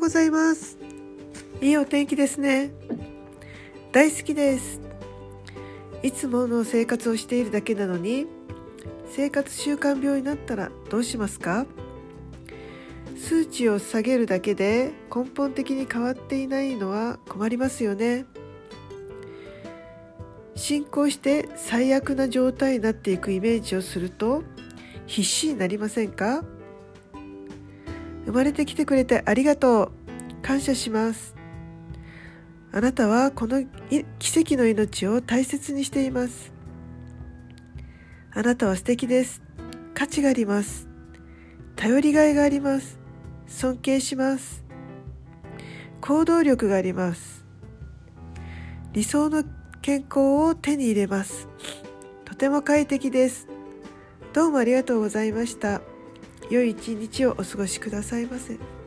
ございます。いいお天気ですね。大好きです。いつもの生活をしているだけなのに、生活習慣病になったらどうしますか？数値を下げるだけで根本的に変わっていないのは困りますよね。進行して最悪な状態になっていくイメージをすると必死になりませんか？生まれてきてくれてありがとう。感謝します。あなたはこの奇跡の命を大切にしています。あなたは素敵です。価値があります。頼りがいがあります。尊敬します。行動力があります。理想の健康を手に入れます。とても快適です。どうもありがとうございました。良い一日をお過ごしくださいませ。